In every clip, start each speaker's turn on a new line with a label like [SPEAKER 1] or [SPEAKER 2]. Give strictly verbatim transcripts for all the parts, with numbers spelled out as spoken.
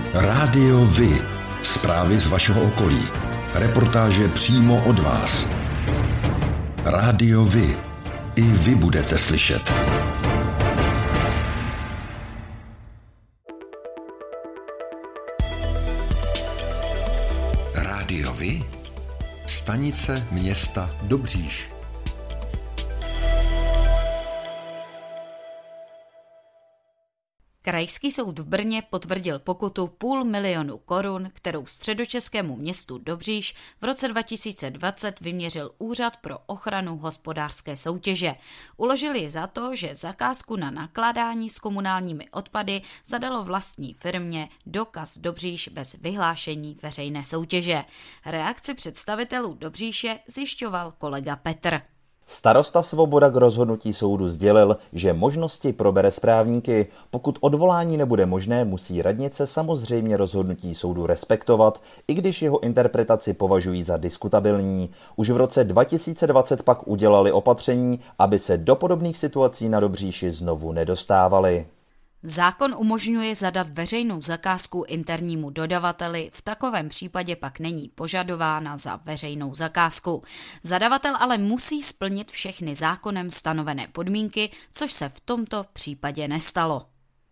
[SPEAKER 1] Rádio Vy. Zprávy z vašeho okolí. Reportáže přímo od vás. Rádio Vy. I vy budete slyšet. Rádio Vy. Stanice města Dobříš.
[SPEAKER 2] Krajský soud v Brně potvrdil pokutu půl milionu korun, kterou středočeskému městu Dobříš v roce dva tisíce dvacet vyměřil Úřad pro ochranu hospodářské soutěže. Uložili ji za to, že zakázku na nakládání s komunálními odpady zadalo vlastní firmě Dokaz Dobříš bez vyhlášení veřejné soutěže. Reakci představitelů Dobříše zjišťoval kolega Petr.
[SPEAKER 3] Starosta Svoboda k rozhodnutí soudu sdělil, že možnosti probere správníky. Pokud odvolání nebude možné, musí radnice samozřejmě rozhodnutí soudu respektovat, i když jeho interpretaci považují za diskutabilní. Už v roce dva tisíce dvacet pak udělali opatření, aby se do podobných situací na Dobříši znovu nedostávali.
[SPEAKER 2] Zákon umožňuje zadat veřejnou zakázku internímu dodavateli, v takovém případě pak není požadována za veřejnou zakázku. Zadavatel ale musí splnit všechny zákonem stanovené podmínky, což se v tomto případě nestalo.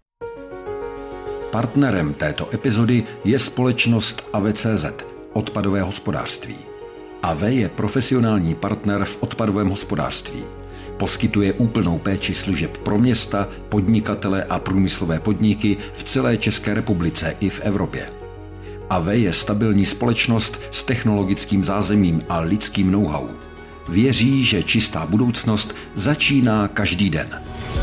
[SPEAKER 1] Partnerem této epizody je společnost A V C Z, odpadové hospodářství. A V je profesionální partner v odpadovém hospodářství. Poskytuje úplnou péči služeb pro města, podnikatele a průmyslové podniky v celé České republice i v Evropě. A V je stabilní společnost s technologickým zázemím a lidským know-how. Věří, že čistá budoucnost začíná každý den.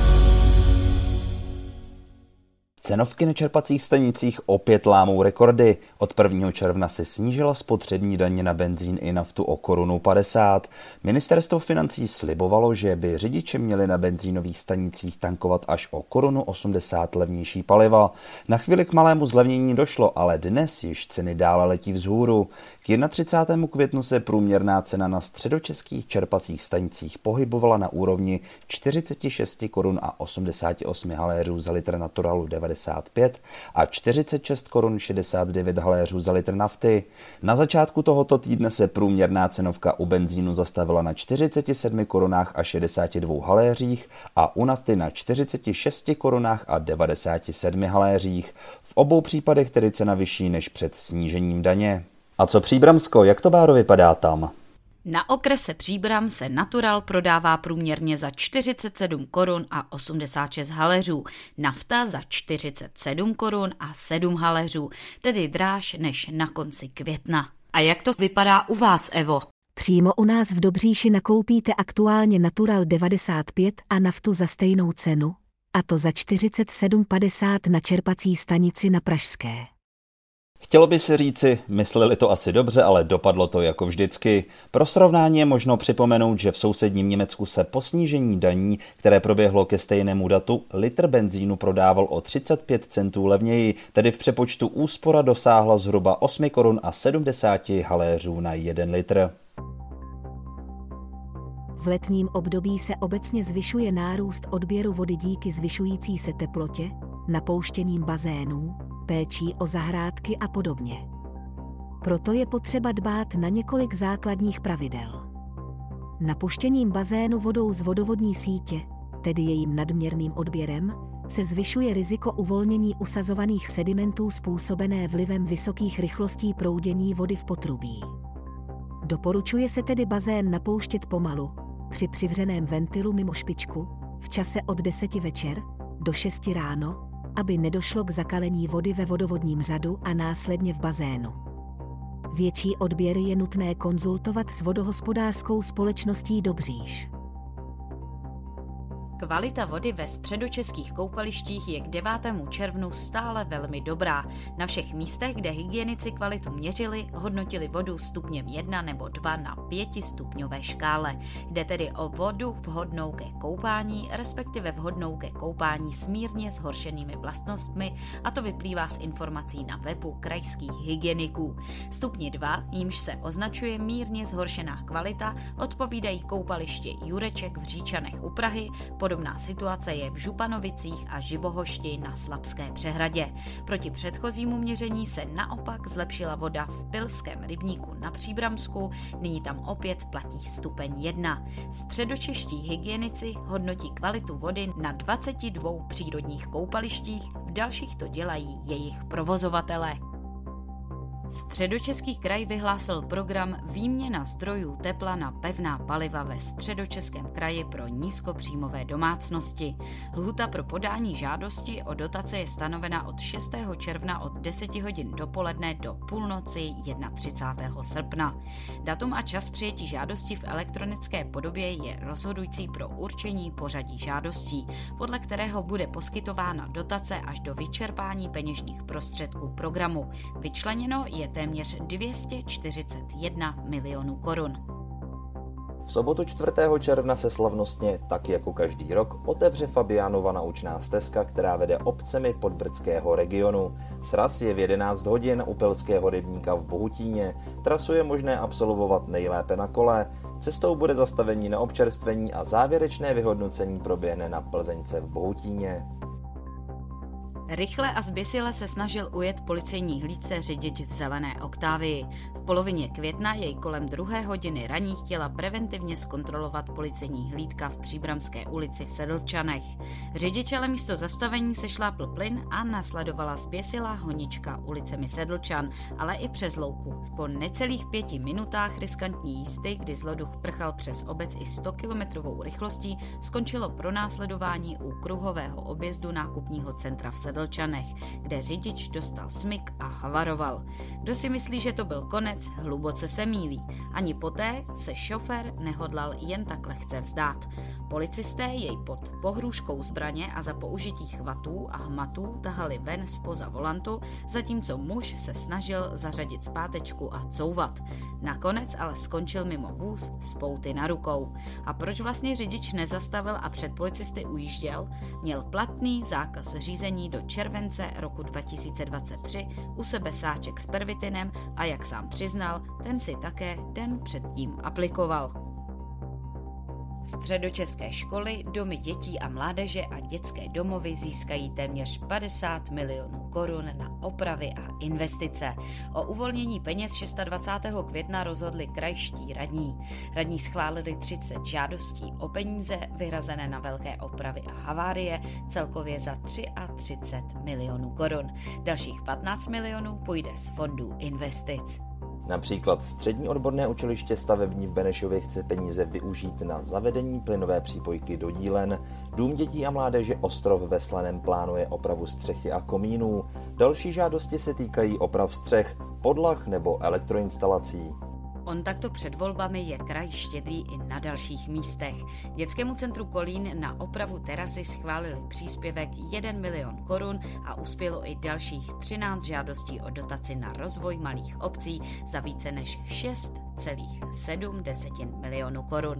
[SPEAKER 3] Cenovky na čerpacích stanicích opět lámou rekordy. Od prvního června se snížila spotřební daň na benzín i naftu o korunu padesát. Ministerstvo financí slibovalo, že by řidiči měli na benzínových stanicích tankovat až o korunu osmdesát levnější paliva. Na chvíli k malému zlevnění došlo, ale dnes již ceny dále letí vzhůru. K třicátému prvnímu květnu se průměrná cena na středočeských čerpacích stanicích pohybovala na úrovni čtyřicet šest korun a osmdesát osm haléřů za litr naturalu devadesát pět a čtyřicet šest korun šedesát devět haléřů za litr nafty. Na začátku tohoto týdne se průměrná cenovka u benzínu zastavila na čtyřicet sedm korunách a šedesáti dvou haléřích a u nafty na čtyřicet šest korunách a devadesáti sedmi haléřích. V obou případech tedy cena vyšší než před snížením daně. A co Příbramsko, jak to báro vypadá tam?
[SPEAKER 2] Na okrese Příbram se natural prodává průměrně za čtyřicet sedm korun a osmdesát šest haléřů, nafta za čtyřicet sedm korun a sedm haléřů, tedy dráž než na konci května. A jak to vypadá u vás, Evo?
[SPEAKER 4] Přímo u nás v Dobříši nakoupíte aktuálně natural devadesát pět a naftu za stejnou cenu, a to za čtyřicet sedm padesát na čerpací stanici na Pražské.
[SPEAKER 3] Chtělo by se říci, mysleli to asi dobře, ale dopadlo to jako vždycky. Pro srovnání je možno připomenout, že v sousedním Německu se po snížení daní, které proběhlo ke stejnému datu, litr benzínu prodával o třicet pět centů levněji, tedy v přepočtu úspora dosáhla zhruba osm korun a sedmdesát haléřů na jeden litr.
[SPEAKER 4] V letním období se obecně zvyšuje nárůst odběru vody díky zvyšující se teplotě, napouštěním bazénů, péčí o zahrádky a podobně. Proto je potřeba dbát na několik základních pravidel. Napuštěním bazénu vodou z vodovodní sítě, tedy jejím nadměrným odběrem, se zvyšuje riziko uvolnění usazovaných sedimentů způsobené vlivem vysokých rychlostí proudění vody v potrubí. Doporučuje se tedy bazén napouštět pomalu, při přivřeném ventilu mimo špičku, v čase od deseti večer do šesti ráno, aby nedošlo k zakalení vody ve vodovodním řadu a následně v bazénu. Větší odběry je nutné konzultovat s vodohospodářskou společností Dobříš.
[SPEAKER 2] Kvalita vody ve středočeských koupalištích je k devátému červnu stále velmi dobrá. Na všech místech, kde hygienici kvalitu měřili, hodnotili vodu stupněm jedna nebo dva na pětistupňové škále. Jde tedy o vodu vhodnou ke koupání, respektive vhodnou ke koupání s mírně zhoršenými vlastnostmi, a to vyplývá z informací na webu krajských hygieniků. Stupni dva, jímž se označuje mírně zhoršená kvalita, odpovídají koupaliště Jureček v Říčanech u Prahy, Podobná situace je v Županovicích a Živohošti na Slabské přehradě. Proti předchozímu měření se naopak zlepšila voda v Pilském rybníku na Příbramsku, nyní tam opět platí stupeň jedna. Středočeští hygienici hodnotí kvalitu vody na dvaceti dvou přírodních koupalištích, v dalších to dělají jejich provozovatelé. Středočeský kraj vyhlásil program Výměna zdrojů tepla na pevná paliva ve Středočeském kraji pro nízkopříjmové domácnosti. Lhůta pro podání žádosti o dotace je stanovena od šestého června od deseti hodin dopoledne do půlnoci třicátého prvního srpna. Datum a čas přijetí žádosti v elektronické podobě je rozhodující pro určení pořadí žádostí, podle kterého bude poskytována dotace až do vyčerpání peněžních prostředků programu. Vyčleněno je téměř dvě stě čtyřicet jedna milionů korun.
[SPEAKER 3] V sobotu čtvrtého června se slavnostně, tak jako každý rok, otevře Fabiánova naučná stezka, která vede obcemi podbrdského regionu. Sraz je v jedenáct hodin u Pilského rybníka v Bohutíně. Trasu je možné absolvovat nejlépe na kole. Cestou bude zastavení na občerstvení a závěrečné vyhodnocení proběhne na Plzeňce v Bohutíně.
[SPEAKER 2] Rychle a zběsile se snažil ujet policejní hlídce řidič v zelené Octavii. V polovině května jej kolem druhé hodiny raní chtěla preventivně zkontrolovat policejní hlídka v Příbramské ulici v Sedlčanech. Řidič ale místo zastavení sešlápl plyn a následovala zběsilá honička ulicemi Sedlčan, ale i přes louku. Po necelých pěti minutách riskantní jízdy, kdy zloduch prchal přes obec i sto kilometrovou rychlostí, skončilo pronásledování u kruhového objezdu nákupního centra v Sedlčanech. Sedlčanech, kde řidič dostal smyk a havaroval. Kdo si myslí, že to byl konec, hluboce se mýlí. Ani poté se šofér nehodlal jen tak lehce vzdát. Policisté jej pod pohrůžkou zbraně a za použití chvatů a hmatů tahali ven zpoza volantu, zatímco muž se snažil zařadit zpátečku a couvat. Nakonec ale skončil mimo vůz s pouty na rukou. A proč vlastně řidič nezastavil a před policisty ujížděl? Měl platný zákaz řízení do července roku dva tisíce dvacet tři, u sebe sáček s pervitinem a jak sám přiznal, ten si také den předtím aplikoval. Středočeské školy, domy dětí a mládeže a dětské domovy získají téměř padesát milionů korun na opravy a investice. O uvolnění peněz dvacátého šestého května rozhodli krajští radní. Radní schválili třicet žádostí o peníze vyhrazené na velké opravy a havárie, celkově za třicet tři milionů korun. Dalších patnáct milionů půjde z fondů investic.
[SPEAKER 3] Například střední odborné učiliště stavební v Benešově chce peníze využít na zavedení plynové přípojky do dílen. Dům dětí a mládeže Ostrov ve Slaném plánuje opravu střechy a komínů. Další žádosti se týkají oprav střech, podlah nebo elektroinstalací.
[SPEAKER 2] On takto před volbami je kraj štědrý i na dalších místech. Dětskému centru Kolín na opravu terasy schválili příspěvek jeden milion korun a uspělo i dalších třináct žádostí o dotaci na rozvoj malých obcí za více než šest celá sedm milionů korun.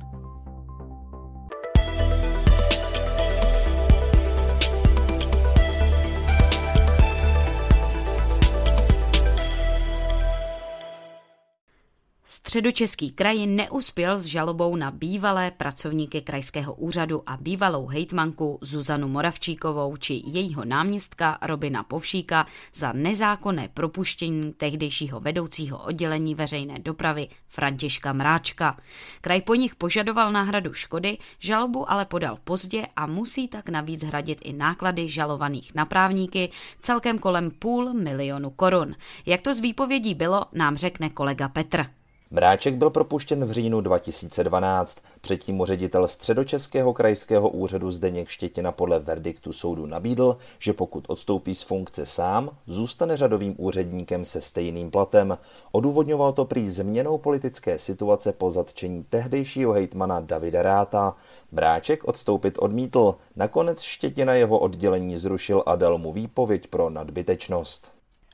[SPEAKER 2] Středočeský kraj neuspěl s žalobou na bývalé pracovníky krajského úřadu a bývalou hejtmanku Zuzanu Moravčíkovou či jejího náměstka Robina Povšíka za nezákonné propuštění tehdejšího vedoucího oddělení veřejné dopravy Františka Mráčka. Kraj po nich požadoval náhradu škody, žalobu ale podal pozdě a musí tak navíc hradit i náklady žalovaných na právníky, celkem kolem půl milionu korun. Jak to z výpovědí bylo, nám řekne kolega Petr.
[SPEAKER 3] Mráček byl propuštěn v říjnu dva tisíce dvanáct. Předtím mu ředitel Středočeského krajského úřadu Zdeněk Štětina podle verdiktu soudu nabídl, že pokud odstoupí z funkce sám, zůstane řadovým úředníkem se stejným platem. Odůvodňoval to prý změnou politické situace po zatčení tehdejšího hejtmana Davida Ráta. Mráček odstoupit odmítl. Nakonec Štětina jeho oddělení zrušil a dal mu výpověď pro nadbytečnost.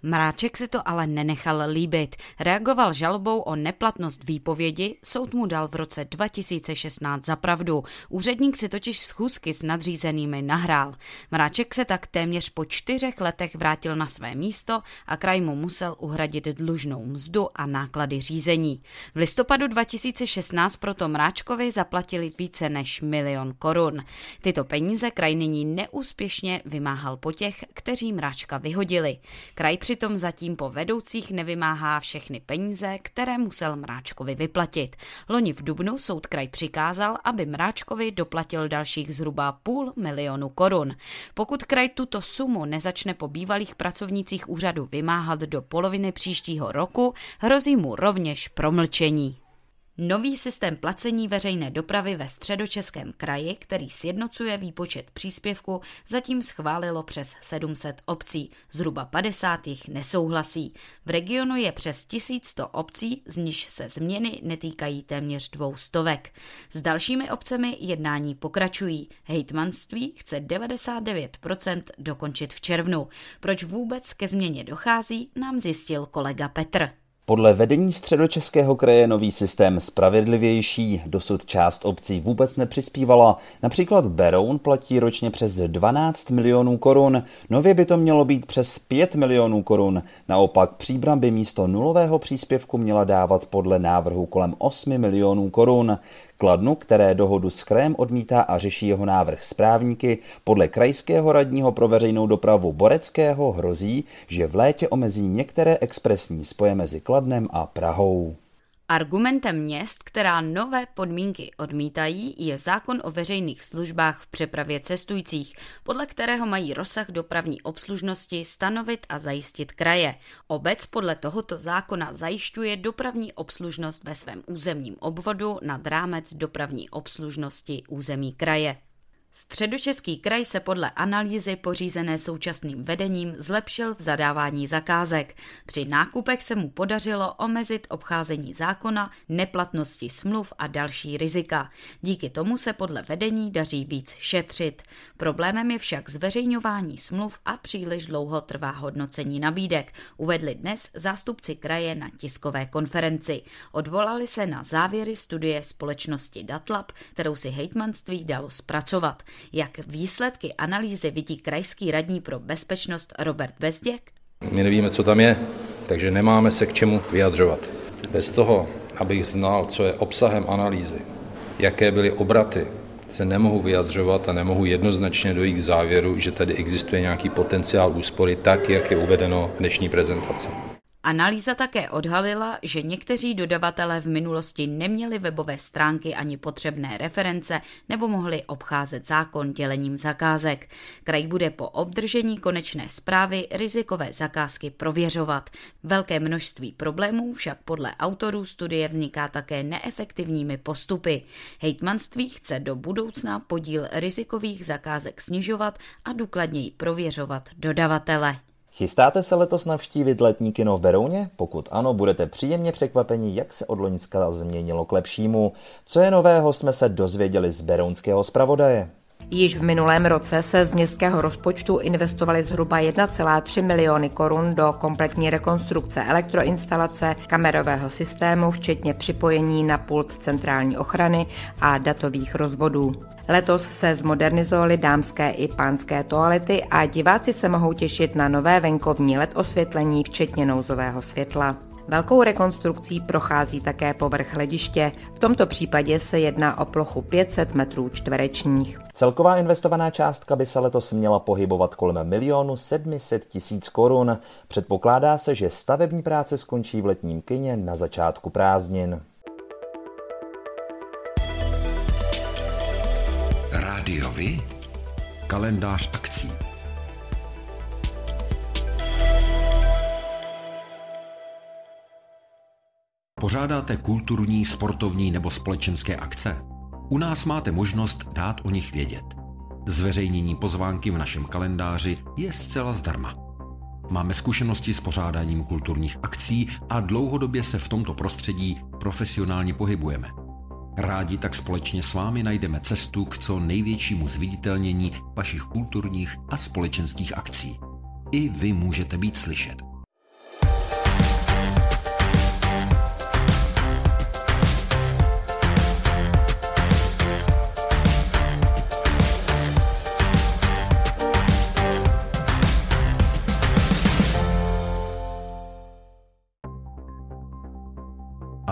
[SPEAKER 2] Mráček si to ale nenechal líbit. Reagoval žalobou o neplatnost výpovědi, soud mu dal v roce dva tisíce šestnáct za pravdu. Úředník si totiž schůzky s nadřízenými nahrál. Mráček se tak téměř po čtyřech letech vrátil na své místo a kraj mu musel uhradit dlužnou mzdu a náklady řízení. V listopadu dva tisíce šestnáct proto Mráčkovi zaplatili více než milion korun. Tyto peníze kraj nyní neúspěšně vymáhal po těch, kteří Mráčka vyhodili. Kraj přitom zatím po vedoucích nevymáhá všechny peníze, které musel Mráčkovi vyplatit. Loni v dubnu soud kraj přikázal, aby Mráčkovi doplatil dalších zhruba půl milionu korun. Pokud kraj tuto sumu nezačne po bývalých pracovnících úřadu vymáhat do poloviny příštího roku, hrozí mu rovněž promlčení. Nový systém placení veřejné dopravy ve Středočeském kraji, který sjednocuje výpočet příspěvku, zatím schválilo přes sedm set obcí, zhruba padesát jich nesouhlasí. V regionu je přes tisíc sto obcí, z nichž se změny netýkají téměř dvou stovek. S dalšími obcemi jednání pokračují. Hejtmanství chce devadesát devět procent dokončit v červnu. Proč vůbec ke změně dochází, nám zjistil kolega Petr.
[SPEAKER 3] Podle vedení Středočeského kraje je nový systém spravedlivější. Dosud část obcí vůbec nepřispívala. Například Beroun platí ročně přes dvanáct milionů korun. Nově by to mělo být přes pět milionů korun. Naopak Příbram by místo nulového příspěvku měla dávat podle návrhu kolem osm milionů korun. Kladno, které dohodu s krajem odmítá a řeší jeho návrh s právníky, podle krajského radního pro veřejnou dopravu Boreckého hrozí, že v létě omezí některé expresní spoje mezi Kladnem a Prahou.
[SPEAKER 2] Argumentem měst, která nové podmínky odmítají, je zákon o veřejných službách v přepravě cestujících, podle kterého mají rozsah dopravní obslužnosti stanovit a zajistit kraje. Obec podle tohoto zákona zajišťuje dopravní obslužnost ve svém územním obvodu nad rámec dopravní obslužnosti území kraje. Středočeský kraj se podle analýzy pořízené současným vedením zlepšil v zadávání zakázek. Při nákupech se mu podařilo omezit obcházení zákona, neplatnosti smluv a další rizika. Díky tomu se podle vedení daří víc šetřit. Problémem je však zveřejňování smluv a příliš dlouho trvá hodnocení nabídek, uvedli dnes zástupci kraje na tiskové konferenci. Odvolali se na závěry studie společnosti Datlab, kterou si hejtmanství dalo zpracovat. Jak výsledky analýzy vidí krajský radní pro bezpečnost Robert Bezděk?
[SPEAKER 5] My nevíme, co tam je, takže nemáme se k čemu vyjadřovat. Bez toho, abych znal, co je obsahem analýzy, jaké byly obraty, se nemohu vyjadřovat a nemohu jednoznačně dojít k závěru, že tady existuje nějaký potenciál úspory, tak, jak je uvedeno v dnešní prezentaci.
[SPEAKER 2] Analýza také odhalila, že někteří dodavatelé v minulosti neměli webové stránky ani potřebné reference nebo mohli obcházet zákon dělením zakázek. Kraj bude po obdržení konečné zprávy rizikové zakázky prověřovat. Velké množství problémů však podle autorů studie vzniká také neefektivními postupy. Hejtmanství chce do budoucna podíl rizikových zakázek snižovat a důkladněji prověřovat dodavatele.
[SPEAKER 3] Chystáte se letos navštívit letní kino v Berouně? Pokud ano, budete příjemně překvapeni, jak se od loňska změnilo k lepšímu. Co je nového, jsme se dozvěděli z berounského zpravodaje.
[SPEAKER 6] Již v minulém roce se z městského rozpočtu investovaly zhruba jedna celá tři miliony korun do kompletní rekonstrukce elektroinstalace, kamerového systému, včetně připojení na pult centrální ochrany a datových rozvodů. Letos se zmodernizovaly dámské i pánské toalety a diváci se mohou těšit na nové venkovní el é dé osvětlení, včetně nouzového světla. Velkou rekonstrukcí prochází také povrch hlediště. V tomto případě se jedná o plochu pět set metrů čtverečních.
[SPEAKER 3] Celková investovaná částka by se letos měla pohybovat kolem milionu sedm set tisíc korun. Předpokládá se, že stavební práce skončí v letním kině na začátku prázdnin.
[SPEAKER 1] Rádiovi? Kalendář akcí. Pořádáte kulturní, sportovní nebo společenské akce? U nás máte možnost dát o nich vědět. Zveřejnění pozvánky v našem kalendáři je zcela zdarma. Máme zkušenosti s pořádáním kulturních akcí a dlouhodobě se v tomto prostředí profesionálně pohybujeme. Rádi tak společně s vámi najdeme cestu k co největšímu zviditelnění vašich kulturních a společenských akcí. I vy můžete být slyšet.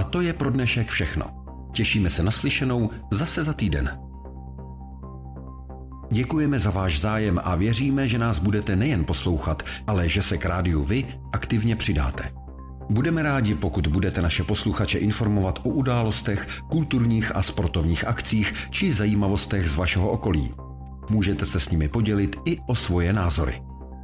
[SPEAKER 1] to je pro dnešek všechno. Těšíme se na slyšenou zase za týden. Děkujeme za váš zájem a věříme, že nás budete nejen poslouchat, ale že se k rádiu vy aktivně přidáte. Budeme rádi, pokud budete naše posluchače informovat o událostech, kulturních a sportovních akcích či zajímavostech z vašeho okolí. Můžete se s nimi podělit i o svoje názory.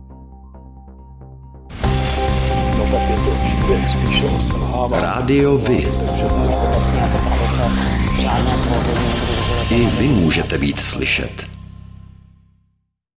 [SPEAKER 7] No tak je to příběh spíš o selhávání.
[SPEAKER 1] Rádio Vy. I vy můžete být slyšet.